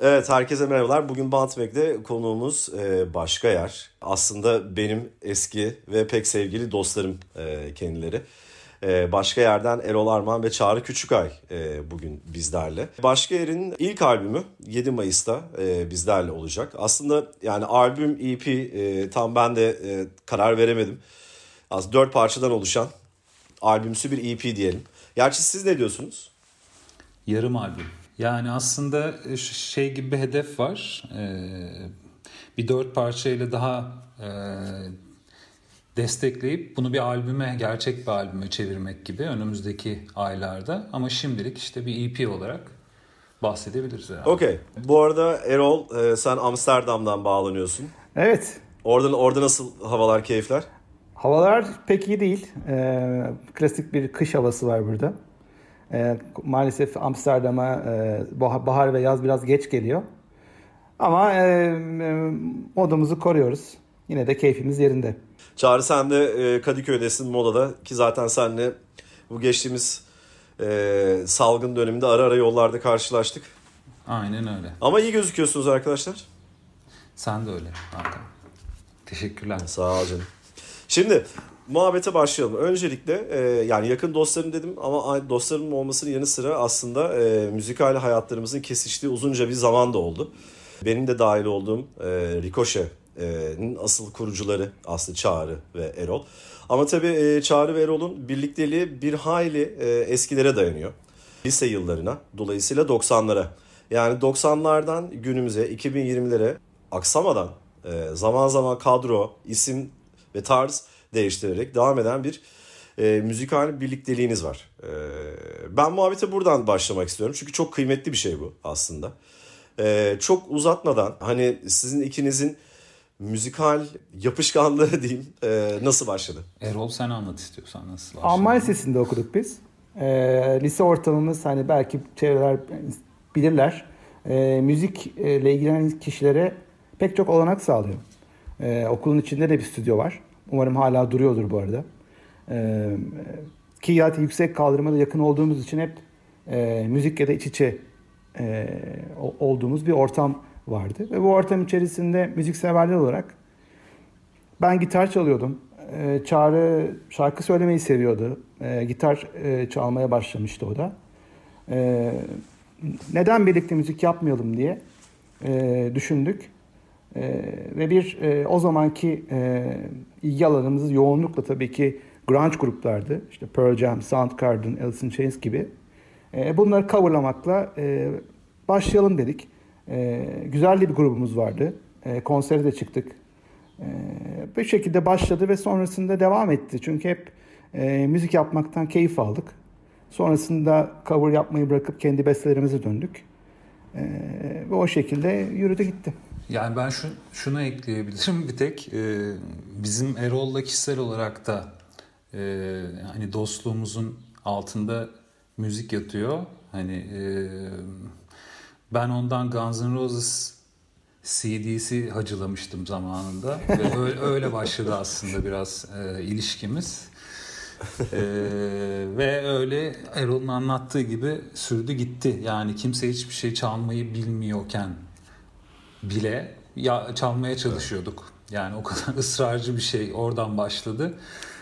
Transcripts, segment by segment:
Evet, herkese merhabalar. Bugün Bantmek'te konuğumuz Başka Yer. Aslında benim eski ve pek sevgili dostlarım kendileri. Başka Yer'den Erol Arman ve Çağrı Küçükay bugün bizlerle. Başka Yer'in ilk albümü 7 Mayıs'ta bizlerle olacak. Aslında yani albüm, EP tam ben de karar veremedim. Aslında 4 parçadan oluşan albümsü bir EP diyelim. Gerçi siz ne diyorsunuz? Yarım albüm. Yani aslında şey gibi bir hedef var. Bir 4 parçayla daha destekleyip bunu bir albüme, gerçek bir albüme çevirmek gibi önümüzdeki aylarda. Ama şimdilik işte bir EP olarak bahsedebiliriz herhalde. Okey. Bu arada Erol, sen Amsterdam'dan bağlanıyorsun. Evet. Orada nasıl havalar, keyifler? Havalar pek iyi değil. Klasik bir kış havası var burada. Maalesef Amsterdam'a bahar ve yaz biraz geç geliyor. Ama modumuzu koruyoruz. Yine de keyfimiz yerinde. Çağrı, sen de Kadıköy'desin, Moda'da, ki zaten seninle bu geçtiğimiz salgın döneminde ara ara yollarda karşılaştık. Aynen öyle. Ama iyi gözüküyorsunuz arkadaşlar. Sen de öyle Hakan. Teşekkürler. Sağ ol canım. Şimdi muhabbete başlayalım. Öncelikle yani yakın dostlarım dedim ama dostlarımın olmasının yanı sıra aslında müzikal hayatlarımızın kesiştiği uzunca bir zaman da oldu. Benim de dahil olduğum Ricochet'in asıl kurucuları aslında Çağrı ve Erol. Ama tabii Çağrı ve Erol'un birlikteliği bir hayli eskilere dayanıyor. Lise yıllarına, dolayısıyla 90'lara. Yani 90'lardan günümüze, 2020'lere aksamadan zaman zaman kadro, isim ve tarz değiştirerek devam eden bir müzikal birlikteliğiniz var. Ben muhabbete buradan başlamak istiyorum. Çünkü çok kıymetli bir şey bu aslında. Çok uzatmadan hani sizin ikinizin müzikal yapışkanlığı diyeyim nasıl başladı? Erol, sen anlat istiyorsan nasıl başladı? Alman Lisesi'nde okuduk biz. Lise ortamımız, hani belki çevreler bilirler, müzikle ilgilenen kişilere pek çok olanak sağlıyor. Okulun içinde de bir stüdyo var. Umarım hala duruyordur bu arada. Ki zaten yüksek kaldırıma da yakın olduğumuz için hep müzikle de iç içe olduğumuz bir ortam vardı. Ve bu ortam içerisinde müzikseverler olarak ben gitar çalıyordum. Çağrı şarkı söylemeyi seviyordu. Gitar çalmaya başlamıştı o da. Neden birlikte müzik yapmayalım diye düşündük. Ve o zamanki ilgi alanımız yoğunlukla tabii ki grunge gruplardı. İşte Pearl Jam, Soundgarden, Alice in Chains gibi. Bunları coverlamakla başlayalım dedik. Güzel bir grubumuz vardı. Konsere de çıktık. Bu şekilde başladı ve sonrasında devam etti. Çünkü hep müzik yapmaktan keyif aldık. Sonrasında cover yapmayı bırakıp kendi bestelerimize döndük. Ve o şekilde yürüdü gitti. Yani ben şunu ekleyebilirim bir tek. Bizim Erol'la kişisel olarak da hani dostluğumuzun altında müzik yatıyor. Hani ben ondan Guns N' Roses CD'si hacılamıştım zamanında. Ve öyle başladı aslında biraz ilişkimiz. Ve öyle Erol'un anlattığı gibi sürdü gitti. Yani kimse hiçbir şey çalmayı bilmiyorken bile çalmaya çalışıyorduk. Yani o kadar ısrarcı bir şey oradan başladı.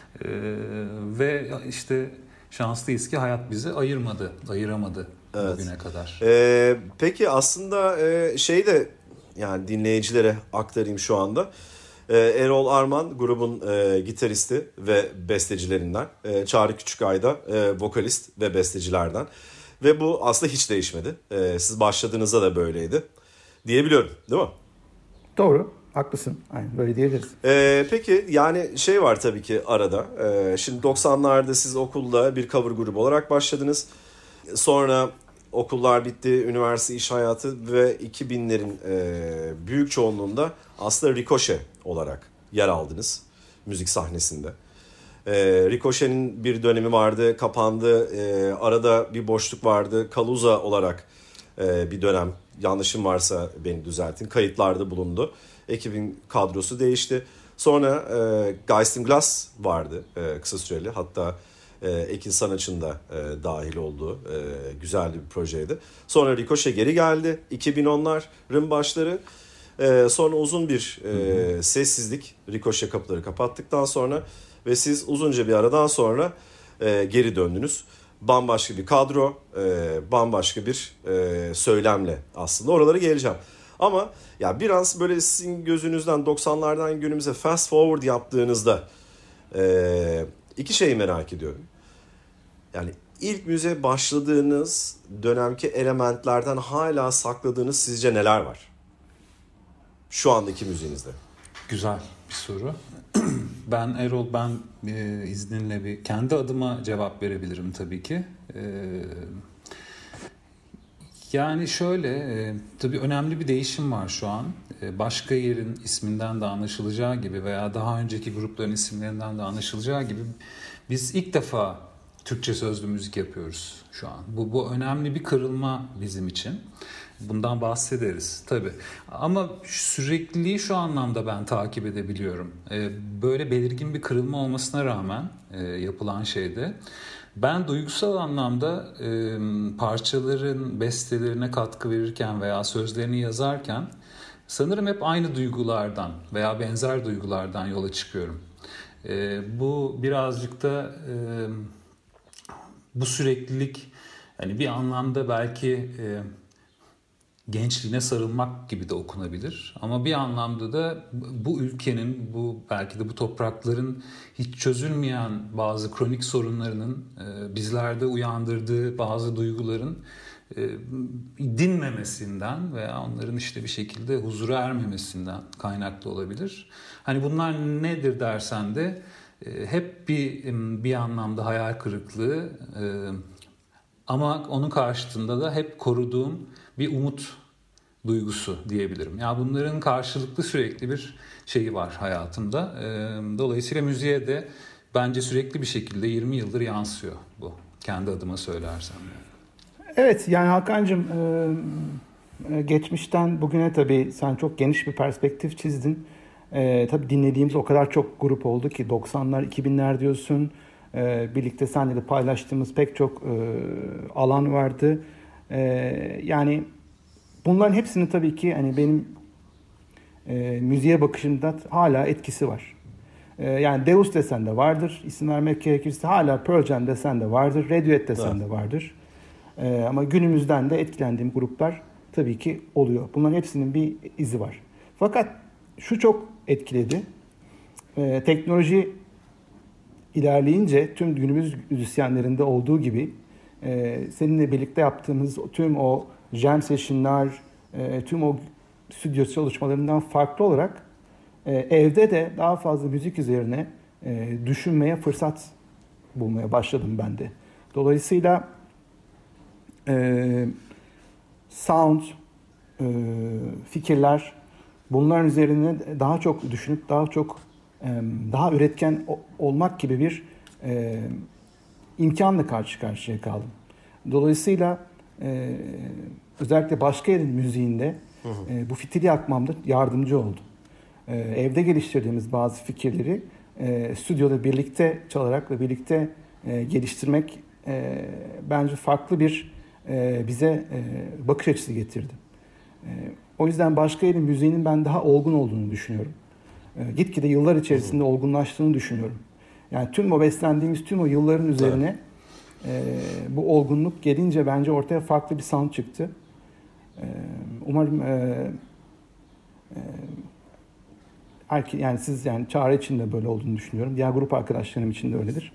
Ve işte şanslıyız ki hayat bizi ayıramadı evet. Bugüne kadar. Peki aslında şey de yani dinleyicilere aktarayım şu anda. Erol Arman grubun gitaristi ve bestecilerinden. Çağrı Küçükay da vokalist ve bestecilerden. Ve bu aslında hiç değişmedi. Siz başladığınızda da böyleydi diyebiliyorum, değil mi? Doğru, haklısın. Aynen böyle diyebiliriz. Peki yani şey var tabii ki arada. Şimdi 90'larda siz okulda bir cover grubu olarak başladınız. Sonra okullar bitti, üniversite, iş hayatı ve 2000'lerin büyük çoğunluğunda aslında Ricochet olarak yer aldınız müzik sahnesinde. Ricochet'in bir dönemi vardı, kapandı. Arada bir boşluk vardı. Kaluza olarak bir dönem, yanlışım varsa beni düzeltin, kayıtlarda bulundu. Ekibin kadrosu değişti. Sonra Geist in Glass vardı kısa süreli. Hatta Ekin Sanaç'ın da dahil olduğu güzel bir projeydi. Sonra Ricochet geri geldi. 2010'ların başları. Sonra uzun bir sessizlik. Ricochet kapıları kapattıktan sonra ve siz uzunca bir aradan sonra geri döndünüz. Bambaşka bir kadro, bambaşka bir söylemle aslında oralara geleceğim. Ama ya biraz böyle sizin gözünüzden 90'lardan günümüze fast forward yaptığınızda iki şeyi merak ediyorum. Yani ilk müziğe başladığınız dönemki elementlerden hala sakladığınız sizce neler var? Şu andaki müziğinizde. Güzel bir soru. Erol, izninle bir kendi adıma cevap verebilirim tabii ki. Yani şöyle, tabii önemli bir değişim var şu an. Başka yerin isminden de anlaşılacağı gibi veya daha önceki grupların isimlerinden de anlaşılacağı gibi biz ilk defa Türkçe sözlü müzik yapıyoruz şu an. Bu önemli bir kırılma bizim için. Bundan bahsederiz tabii. Ama sürekliliği şu anlamda ben takip edebiliyorum. Böyle belirgin bir kırılma olmasına rağmen yapılan şeyde ben duygusal anlamda parçaların bestelerine katkı verirken veya sözlerini yazarken sanırım hep aynı duygulardan veya benzer duygulardan yola çıkıyorum. Bu birazcık da bu süreklilik hani bir anlamda belki gençliğine sarılmak gibi de okunabilir. Ama bir anlamda da bu ülkenin, belki de bu toprakların hiç çözülmeyen bazı kronik sorunlarının bizlerde uyandırdığı bazı duyguların dinmemesinden veya onların işte bir şekilde huzura ermemesinden kaynaklı olabilir. Hani bunlar nedir dersen de hep bir anlamda hayal kırıklığı, ama onun karşılığında da hep koruduğum bir umut duygusu diyebilirim. Ya bunların karşılıklı sürekli bir şeyi var hayatımda. Dolayısıyla müziğe de bence sürekli bir şekilde 20 yıldır yansıyor bu. Kendi adıma söylersem. Evet, yani Hakan'cığım, geçmişten bugüne tabii sen çok geniş bir perspektif çizdin. Tabii dinlediğimiz o kadar çok grup oldu ki 90'lar, 2000'ler diyorsun. Birlikte seninle de paylaştığımız pek çok alan vardı. Yani bunların hepsinin tabii ki hani benim müziğe bakışımda hala etkisi var. Yani Deus desen de vardır, isim vermek gerekirse hala Pearl Jam desen de vardır, Radiohead desen de vardır. Ama günümüzden de etkilendiğim gruplar tabii ki oluyor. Bunların hepsinin bir izi var. Fakat şu çok etkiledi. Teknoloji ilerleyince tüm günümüz müzisyenlerinde olduğu gibi seninle birlikte yaptığımız tüm o jam session'lar, tüm o stüdyo çalışmalarından farklı olarak evde de daha fazla müzik üzerine düşünmeye fırsat bulmaya başladım ben de. Dolayısıyla sound, fikirler, bunların üzerine daha çok düşünüp daha üretken olmak gibi bir imkanla karşı karşıya kaldım. Dolayısıyla özellikle başka yerin müziğinde bu fitili yakmamda yardımcı oldu. Evde geliştirdiğimiz bazı fikirleri stüdyoda birlikte çalarak ve birlikte geliştirmek bence farklı bir bize bakış açısı getirdi. O yüzden başka yerin müziğinin ben daha olgun olduğunu düşünüyorum. Gitgide yıllar içerisinde olgunlaştığını düşünüyorum. Yani tüm o beslendiğimiz tüm o yılların üzerine bu olgunluk gelince bence ortaya farklı bir sound çıktı. Umarım yani siz, yani Çağrı için de böyle olduğunu düşünüyorum. Diğer grup arkadaşlarım için de öyledir.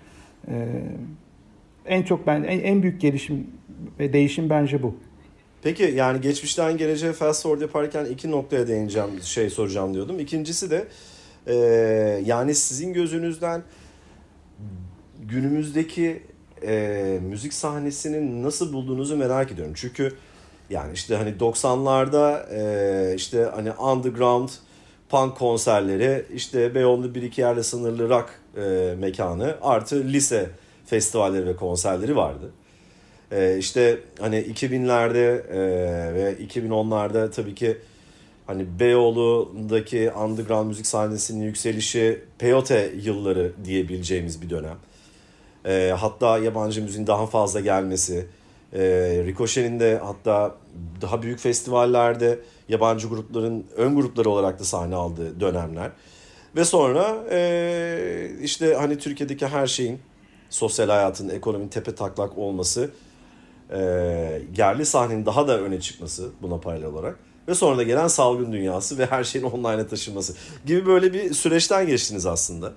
En büyük gelişim ve değişim bence bu. Peki yani geçmişten geleceğe fast forward yaparken iki noktaya değineceğim, soracağım diyordum. İkincisi de yani sizin gözünüzden günümüzdeki müzik sahnesini nasıl bulduğunuzu merak ediyorum. Çünkü yani işte hani 90'larda işte hani underground punk konserleri, işte Beyoğlu'nda bir iki yerle sınırlı rock mekanı artı lise festivalleri ve konserleri vardı. İşte hani 2000'lerde ve 2010'larda tabii ki hani Beyoğlu'ndaki underground müzik sahnesinin yükselişi, Peyote yılları diyebileceğimiz bir dönem. Hatta yabancı müziğin daha fazla gelmesi. Ricochet'in de hatta daha büyük festivallerde yabancı grupların ön grupları olarak da sahne aldığı dönemler. Ve sonra işte hani Türkiye'deki her şeyin, sosyal hayatın, ekonominin tepe taklak olması, yerli sahnenin daha da öne çıkması buna paralel olarak ve sonra da gelen salgın dünyası ve her şeyin online'a taşınması gibi böyle bir süreçten geçtiniz aslında.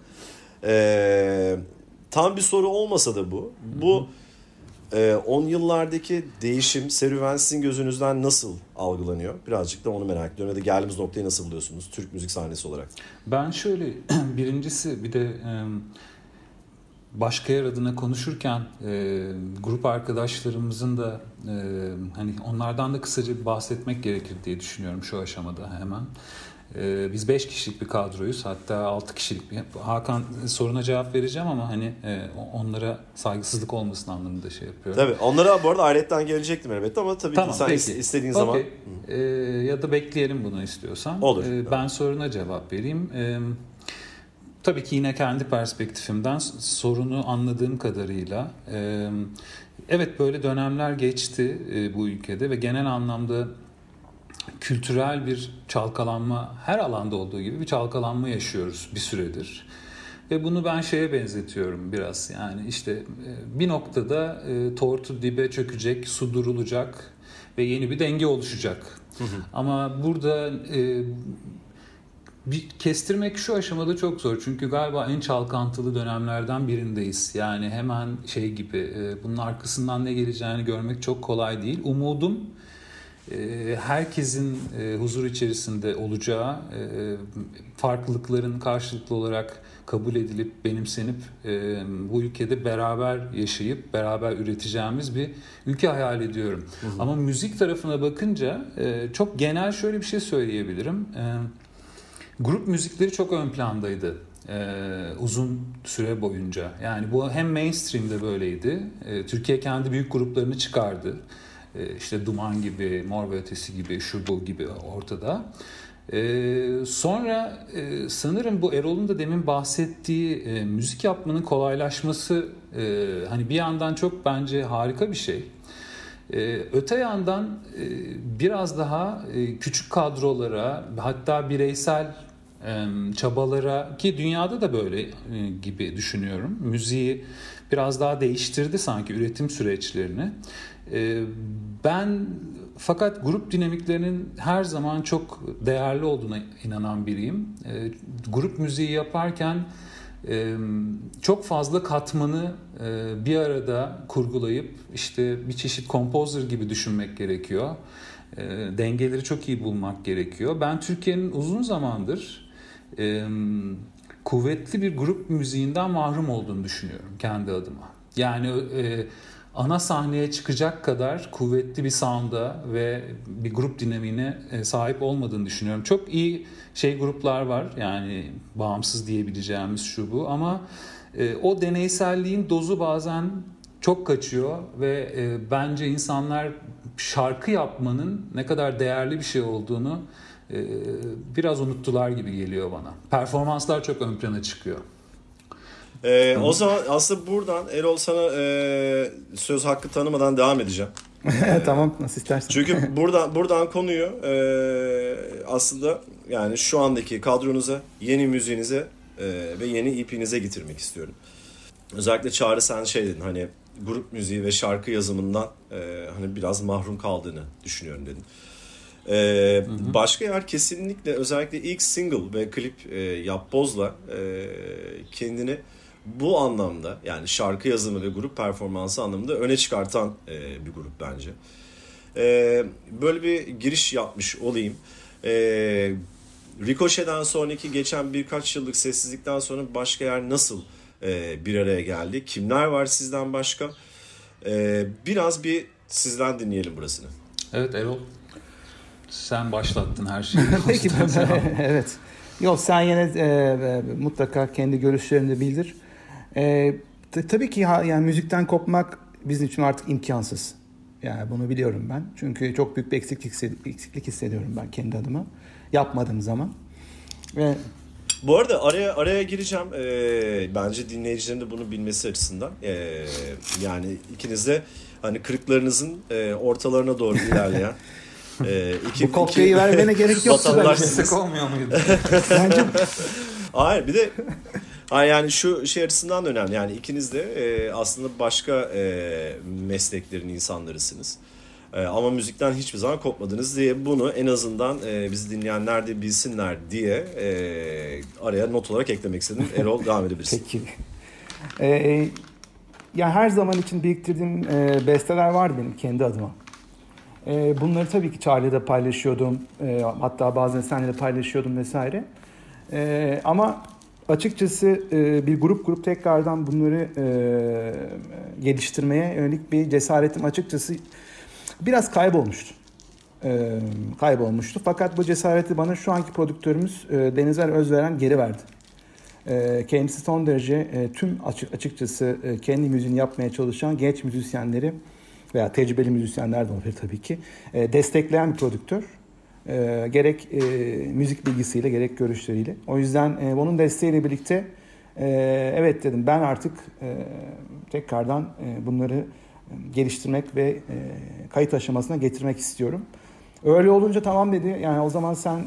Tam bir soru olmasa da bu 10 yıllardaki değişim, serüven sizin gözünüzden nasıl algılanıyor? Birazcık da onu merak ediyorum. Ya da geldiğimiz noktayı nasıl buluyorsunuz Türk müzik sahnesi olarak? Ben şöyle, birincisi bir de başka yer adına konuşurken grup arkadaşlarımızın da hani onlardan da kısaca bahsetmek gerekir diye düşünüyorum şu aşamada hemen. Biz 5 kişilik bir kadroyuz, hatta 6 kişilik bir. Hakan soruna cevap vereceğim ama hani onlara saygısızlık olmasın anlamında şey yapıyorum. Tabii onlara bu arada ayrıyetten gelecektim elbette ama tabii tamam, ki sen peki. istediğin zaman. Ya da bekleyelim bunu istiyorsan. Olur. Ben soruna cevap vereyim. Tabii ki yine kendi perspektifimden sorunu anladığım kadarıyla evet böyle dönemler geçti bu ülkede ve genel anlamda kültürel bir çalkalanma, her alanda olduğu gibi bir çalkalanma yaşıyoruz bir süredir. Ve bunu ben şeye benzetiyorum biraz, yani işte bir noktada tortu dibe çökecek, su durulacak ve yeni bir denge oluşacak. Ama burada bir kestirmek şu aşamada çok zor. Çünkü galiba en çalkantılı dönemlerden birindeyiz. Yani hemen şey gibi bunun arkasından ne geleceğini görmek çok kolay değil. Umudum herkesin huzur içerisinde olacağı, farklılıkların karşılıklı olarak kabul edilip benimsenip bu ülkede beraber yaşayıp beraber üreteceğimiz bir ülke hayal ediyorum. Ama müzik tarafına bakınca çok genel şöyle bir şey söyleyebilirim. Grup müzikleri çok ön plandaydı uzun süre boyunca. Yani bu hem mainstream'de böyleydi. Türkiye kendi büyük gruplarını çıkardı. İşte Duman gibi, Mor ve Ötesi gibi, şu bu gibi ortada. Sonra sanırım bu Erol'un da demin bahsettiği müzik yapmanın kolaylaşması hani bir yandan çok bence harika bir şey. Öte yandan biraz daha küçük kadrolara, hatta bireysel çabalara, ki dünyada da böyle gibi düşünüyorum, müziği biraz daha değiştirdi sanki üretim süreçlerini. Ben fakat grup dinamiklerinin her zaman çok değerli olduğuna inanan biriyim. Grup müziği yaparken çok fazla katmanı bir arada kurgulayıp işte bir çeşit composer gibi düşünmek gerekiyor. Dengeleri çok iyi bulmak gerekiyor. Ben Türkiye'nin uzun zamandır kuvvetli bir grup müziğinden mahrum olduğunu düşünüyorum kendi adıma. Yani ana sahneye çıkacak kadar kuvvetli bir sound'a ve bir grup dinamiğine sahip olmadığını düşünüyorum. Çok iyi gruplar var, yani bağımsız diyebileceğimiz şu bu, ama o deneyselliğin dozu bazen çok kaçıyor ve bence insanlar şarkı yapmanın ne kadar değerli bir şey olduğunu biraz unuttular gibi geliyor bana. Performanslar çok ön plana çıkıyor. O zaman aslında buradan Erol sana söz hakkı tanımadan devam edeceğim. Tamam, nasıl istersen. Çünkü buradan konuyu aslında yani şu andaki kadronuza, yeni müziğinize ve yeni EP'nize getirmek istiyorum. Özellikle Çağrı, sen şey dedin, hani grup müziği ve şarkı yazımından hani biraz mahrum kaldığını düşünüyorum dedin. Başka yer kesinlikle, özellikle ilk single ve klip Yapboz'la kendini bu anlamda, yani şarkı yazımı ve grup performansı anlamında öne çıkartan bir grup bence. Böyle bir giriş yapmış olayım. Ricochet'den sonraki geçen birkaç yıllık sessizlikten sonra başka yer nasıl bir araya geldi? Kimler var sizden başka? Biraz bir sizden dinleyelim burasını. Evet Erol, sen başlattın her şeyi. Peki, evet. Yok, sen yine mutlaka kendi görüşlerini de bildir. Tabii ki yani müzikten kopmak bizim için artık imkansız. Yani bunu biliyorum ben. Çünkü çok büyük bir eksiklik hissediyorum ben kendi adıma. Yapmadığım zaman. Ve Bu arada araya gireceğim. Bence dinleyicilerin de bunu bilmesi açısından. Yani ikiniz de hani kırıklarınızın ortalarına doğru ilerleyen. Bu kopyayı vermene gerek yoktu bence. Olmuyor muydu? Bence... Hayır, bir de yani şu şey açısından da önemli. Yani ikiniz de aslında başka mesleklerin insanlarısınız. Ama müzikten hiçbir zaman kopmadınız diye bunu en azından bizi dinleyenler de bilsinler diye araya not olarak eklemek istedim. Erol, devam edebilirsin. Peki. Yani her zaman için biriktirdiğim besteler vardı benim kendi adıma. Bunları tabii ki Charlie'de paylaşıyordum. Hatta bazen seninle de paylaşıyordum vesaire. Ama açıkçası bir grup tekrardan bunları geliştirmeye yönelik bir cesaretim açıkçası biraz kaybolmuştu. Fakat bu cesareti bana şu anki prodüktörümüz Denizer Özveren geri verdi. Kendisi son derece tüm açıkçası kendi müziğini yapmaya çalışan genç müzisyenleri veya tecrübeli müzisyenler de olabilir tabii ki destekleyen bir prodüktör. Gerek müzik bilgisiyle gerek görüşleriyle. O yüzden onun desteğiyle birlikte evet dedim, ben artık tekrardan bunları geliştirmek ve kayıt aşamasına getirmek istiyorum. Öyle olunca tamam dedi. Yani o zaman sen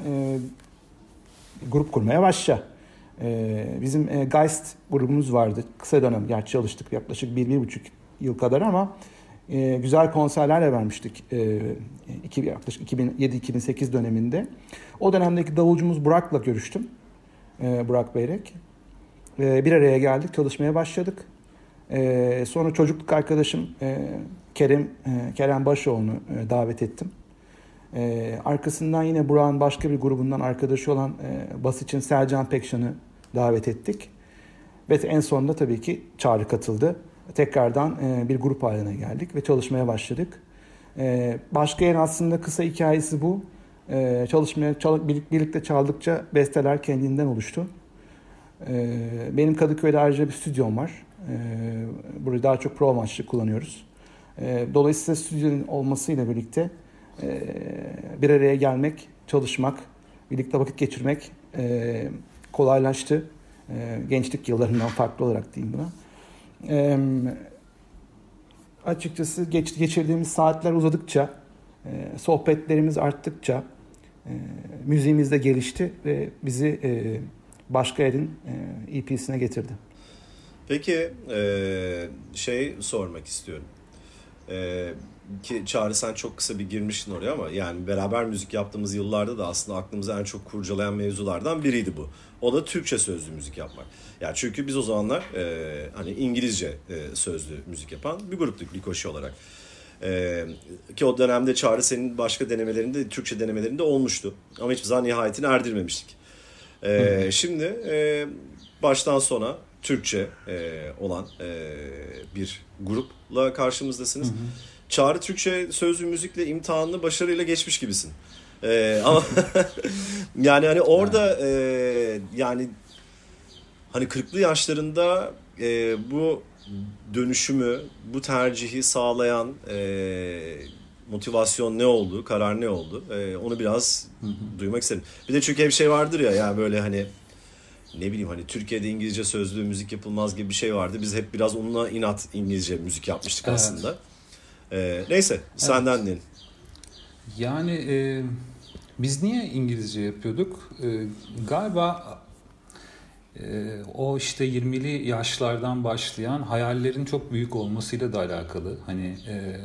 grup kurmaya başla. Bizim Geist grubumuz vardı. Kısa dönem gerçi çalıştık, yaklaşık 1-1,5 yıl kadar, ama güzel konserlerle vermiştik yaklaşık 2007-2008 döneminde. O dönemdeki davulcumuz Burak'la görüştüm. Burak Beyrek. Bir araya geldik, çalışmaya başladık. Sonra çocukluk arkadaşım Kerem Başoğlu'nu davet ettim. Arkasından yine Burak'ın başka bir grubundan arkadaşı olan bas için Selcan Pekşan'ı davet ettik. Ve en sonunda tabii ki Çağrı katıldı. Tekrardan bir grup haline geldik ve çalışmaya başladık. Başka yerin aslında kısa hikayesi bu. Birlikte çaldıkça besteler kendinden oluştu. Benim Kadıköy'de ayrıca bir stüdyom var. Burayı daha çok prova amaçlı kullanıyoruz. Dolayısıyla stüdyonun olmasıyla birlikte bir araya gelmek, çalışmak, birlikte vakit geçirmek kolaylaştı. Gençlik yıllarından farklı olarak diyeyim buna. Açıkçası geçirdiğimiz saatler uzadıkça, sohbetlerimiz arttıkça müziğimiz de gelişti ve bizi başka yerin EP'sine getirdi. Peki şey sormak istiyorum. Ki Çağrı, sen çok kısa bir girmiştin oraya ama yani beraber müzik yaptığımız yıllarda da aslında aklımızı en çok kurcalayan mevzulardan biriydi bu. O da Türkçe sözlü müzik yapmak. Yani çünkü biz o zamanlar hani İngilizce sözlü müzik yapan bir gruptuk Ricochet olarak. Ki o dönemde Çağrı, senin başka denemelerinde, Türkçe denemelerinde olmuştu. Ama hiçbir zaman nihayetini erdirmemiştik. Şimdi baştan sona Türkçe olan bir grupla karşımızdasınız. Hı hı. Çağrı, Türkçe sözlü müzikle imtihanını başarıyla geçmiş gibisin. Ama yani hani orada yani hani 40'lı yaşlarında bu dönüşümü, bu tercihi sağlayan motivasyon ne oldu, karar ne oldu? Onu biraz duymak isterim. Bir de çünkü hep şey vardır ya, yani böyle hani ne bileyim, hani Türkiye'de İngilizce sözlü müzik yapılmaz gibi bir şey vardı. Biz hep biraz onunla inat İngilizce müzik yapmıştık aslında. Neyse, senden dinleyelim. Yani biz niye İngilizce yapıyorduk? Galiba o işte 20'li yaşlardan başlayan hayallerin çok büyük olmasıyla da alakalı. Hani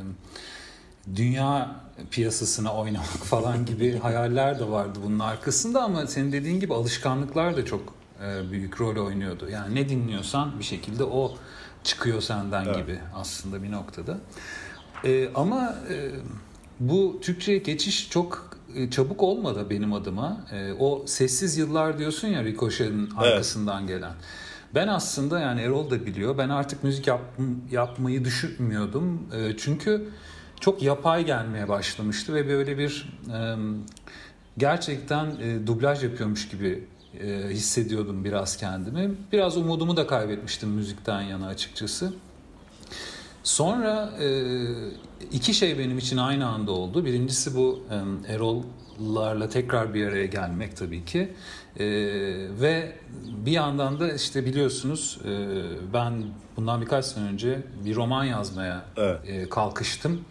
dünya piyasasına oynamak falan gibi hayaller de vardı bunun arkasında, ama senin dediğin gibi alışkanlıklar da çok büyük rol oynuyordu. Yani ne dinliyorsan bir şekilde o çıkıyor senden, evet, gibi aslında bir noktada. Ama bu Türkçe'ye geçiş çok çabuk olmadı benim adıma. O sessiz yıllar diyorsun ya, Ricochet'in arkasından gelen. Ben aslında, yani Erol da biliyor, ben artık müzik yapmayı düşünmüyordum. Çünkü çok yapay gelmeye başlamıştı ve böyle bir gerçekten dublaj yapıyormuş gibi hissediyordum biraz kendimi. Biraz umudumu da kaybetmiştim müzikten yana açıkçası. Sonra iki şey benim için aynı anda oldu. Birincisi bu Erol'larla tekrar bir araya gelmek tabii ki. Ve bir yandan da işte biliyorsunuz ben bundan birkaç sene önce bir roman yazmaya kalkıştım.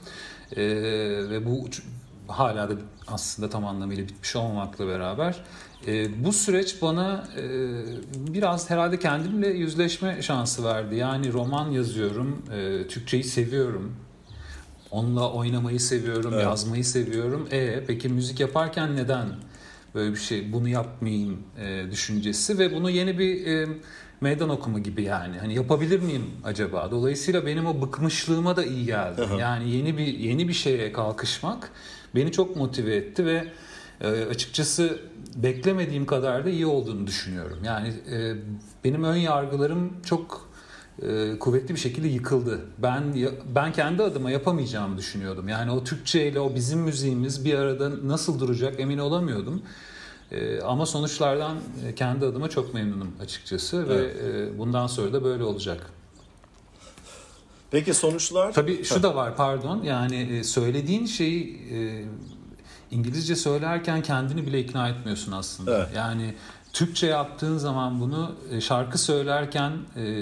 Ve bu hala da aslında tam anlamıyla bitmiş olmamakla beraber bu süreç bana biraz herhalde kendimle yüzleşme şansı verdi. Yani roman yazıyorum, Türkçeyi seviyorum. Onunla oynamayı seviyorum, yazmayı seviyorum. Peki müzik yaparken neden böyle bir şey, bunu yapmayayım düşüncesi ve bunu yeni bir meydan okuma gibi yani. Hani yapabilir miyim acaba? Dolayısıyla benim o bıkmışlığıma da iyi geldi. Yani yeni bir şeye kalkışmak beni çok motive etti ve açıkçası beklemediğim kadar da iyi olduğunu düşünüyorum. Yani benim ön yargılarım çok kuvvetli bir şekilde yıkıldı. Ben kendi adıma yapamayacağımı düşünüyordum. Yani o Türkçe ile o bizim müziğimiz bir arada nasıl duracak emin olamıyordum. Ama sonuçlardan kendi adıma çok memnunum açıkçası ve bundan sonra da böyle olacak. Peki sonuçlar? Tabii şu da var, pardon. Yani söylediğin şeyi İngilizce söylerken kendini bile ikna etmiyorsun aslında. Evet. Yani Türkçe yaptığın zaman bunu şarkı söylerken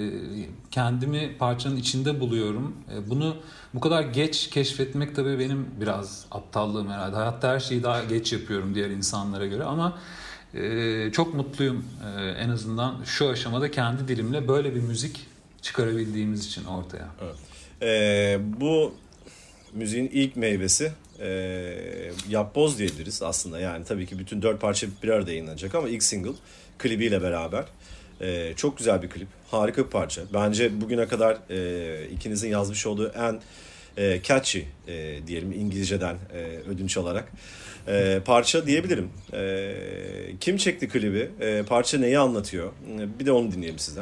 kendimi parçanın içinde buluyorum. Bunu bu kadar geç keşfetmek tabii benim biraz aptallığım herhalde. Hayatta her şeyi daha geç yapıyorum diğer insanlara göre ama çok mutluyum en azından şu aşamada kendi dilimle böyle bir müzik çıkarabildiğimiz için ortaya. Evet. Bu müziğin ilk meyvesi Yapboz diyebiliriz aslında. Yani tabii ki bütün 4 parça bir arada yayınlanacak ama ilk single klibiyle beraber çok güzel bir klip. Harika bir parça. Bence bugüne kadar ikinizin yazmış olduğu en catchy diyelim İngilizceden ödünç alarak parça diyebilirim. Kim çekti klibi? Parça neyi anlatıyor? Bir de onu dinleyelim sizden.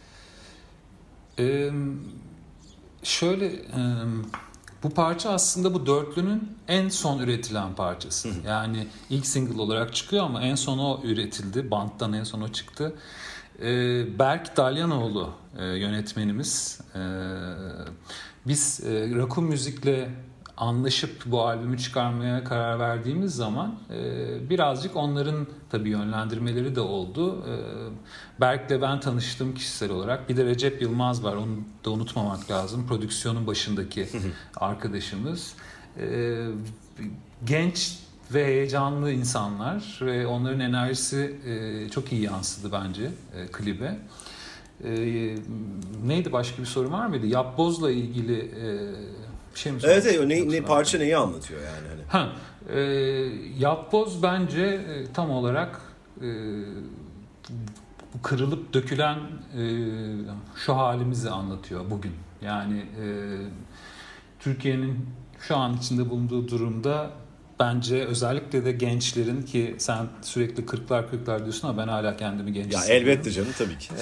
Bu parça aslında bu dörtlünün en son üretilen parçası. Yani ilk single olarak çıkıyor ama en son o üretildi. Banttan en son o çıktı. Berk Dalyanoğlu yönetmenimiz. Biz Rakun Müzik'le anlaşıp bu albümü çıkarmaya karar verdiğimiz zaman birazcık onların tabii yönlendirmeleri de oldu. Berk'le ben tanıştım kişisel olarak. Bir de Recep Yılmaz var, onu da unutmamak lazım. Prodüksiyonun başındaki arkadaşımız. Genç ve heyecanlı insanlar ve onların enerjisi çok iyi yansıdı bence klibe. Neydi, başka bir sorun var mıydı? Yapboz'la ilgili bir şey mi sorun? Evet, parça neyi anlatıyor yani? Hani? Yapboz bence tam olarak bu kırılıp dökülen şu halimizi anlatıyor bugün. Yani Türkiye'nin şu an içinde bulunduğu durumda bence özellikle de gençlerin, ki sen sürekli 40'lar diyorsun ama ben hala kendimi genç hissediyorum. Ya elbette canım, tabii ki.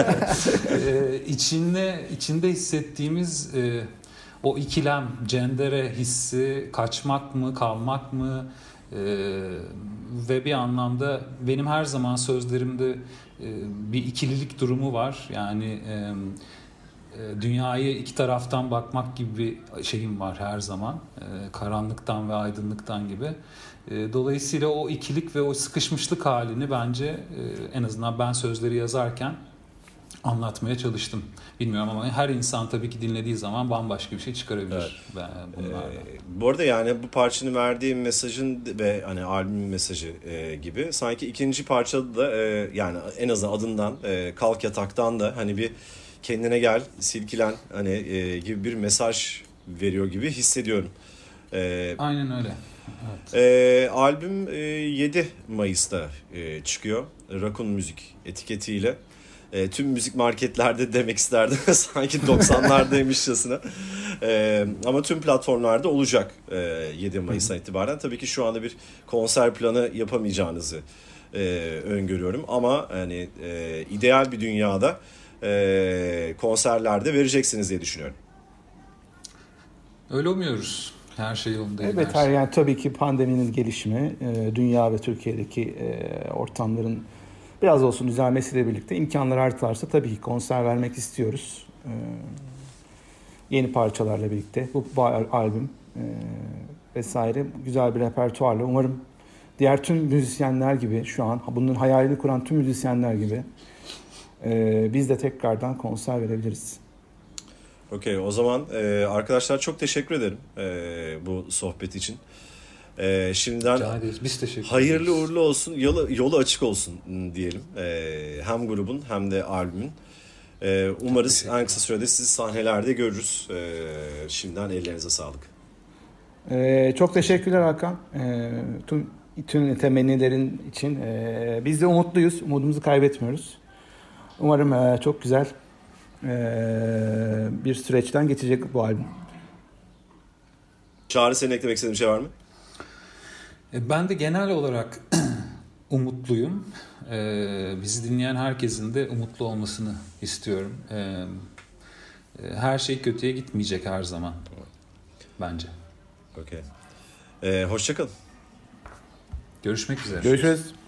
içinde hissettiğimiz o ikilem, cendere hissi, kaçmak mı, kalmak mı ve bir anlamda benim her zaman sözlerimde bir ikililik durumu var. Yani dünyayı iki taraftan bakmak gibi bir şeyim var her zaman. Karanlıktan ve aydınlıktan gibi. Dolayısıyla o ikilik ve o sıkışmışlık halini bence en azından ben sözleri yazarken anlatmaya çalıştım. Bilmiyorum ama her insan tabii ki dinlediği zaman bambaşka bir şey çıkarabilir bunlardan. Bu arada yani bu parçanın verdiği mesajın ve hani albümün mesajı gibi sanki ikinci parçada da yani en azından adından kalk yataktan da hani bir kendine gel, silkilen hani gibi bir mesaj veriyor gibi hissediyorum. Aynen öyle. Evet. Albüm 7 Mayıs'ta çıkıyor. Rakun Müzik etiketiyle. Tüm müzik marketlerde demek isterdim. Sanki 90'lardaymışçasına. Ama tüm platformlarda olacak 7 Mayıs'tan itibaren. Tabii ki şu anda bir konser planı yapamayacağınızı öngörüyorum. Ama hani ideal bir dünyada konserlerde vereceksiniz diye düşünüyorum. Öyle umuyoruz. Her şey yolunda. Evet, yani tabii ki pandeminin gelişimi, dünya ve Türkiye'deki ortamların biraz olsun düzelmesiyle birlikte imkanlar artarsa tabii ki konser vermek istiyoruz. Yeni parçalarla birlikte bu albüm vesaire güzel bir repertuarla umarım diğer tüm müzisyenler gibi şu an bunun hayalini kuran tüm müzisyenler gibi biz de tekrardan konser verebiliriz. Okey, o zaman arkadaşlar çok teşekkür ederim bu sohbet için. Şimdiden biz teşekkür hayırlı ederiz. uğurlu olsun, yolu açık olsun diyelim. Hem grubun hem de albümün. Umarız en kısa sürede sizi sahnelerde görürüz. Şimdiden ellerinize sağlık. Çok teşekkürler Hakan. Tüm temennilerin için. Biz de umutluyuz. Umudumuzu kaybetmiyoruz. Umarım çok güzel bir süreçten geçecek bu albüm. Çağrı, senin eklemek istediğin bir şey var mı? Ben de genel olarak umutluyum. Bizi dinleyen herkesin de umutlu olmasını istiyorum. Her şey kötüye gitmeyecek her zaman. Bence. Okey. Hoşça kalın. Görüşmek üzere. Görüşürüz.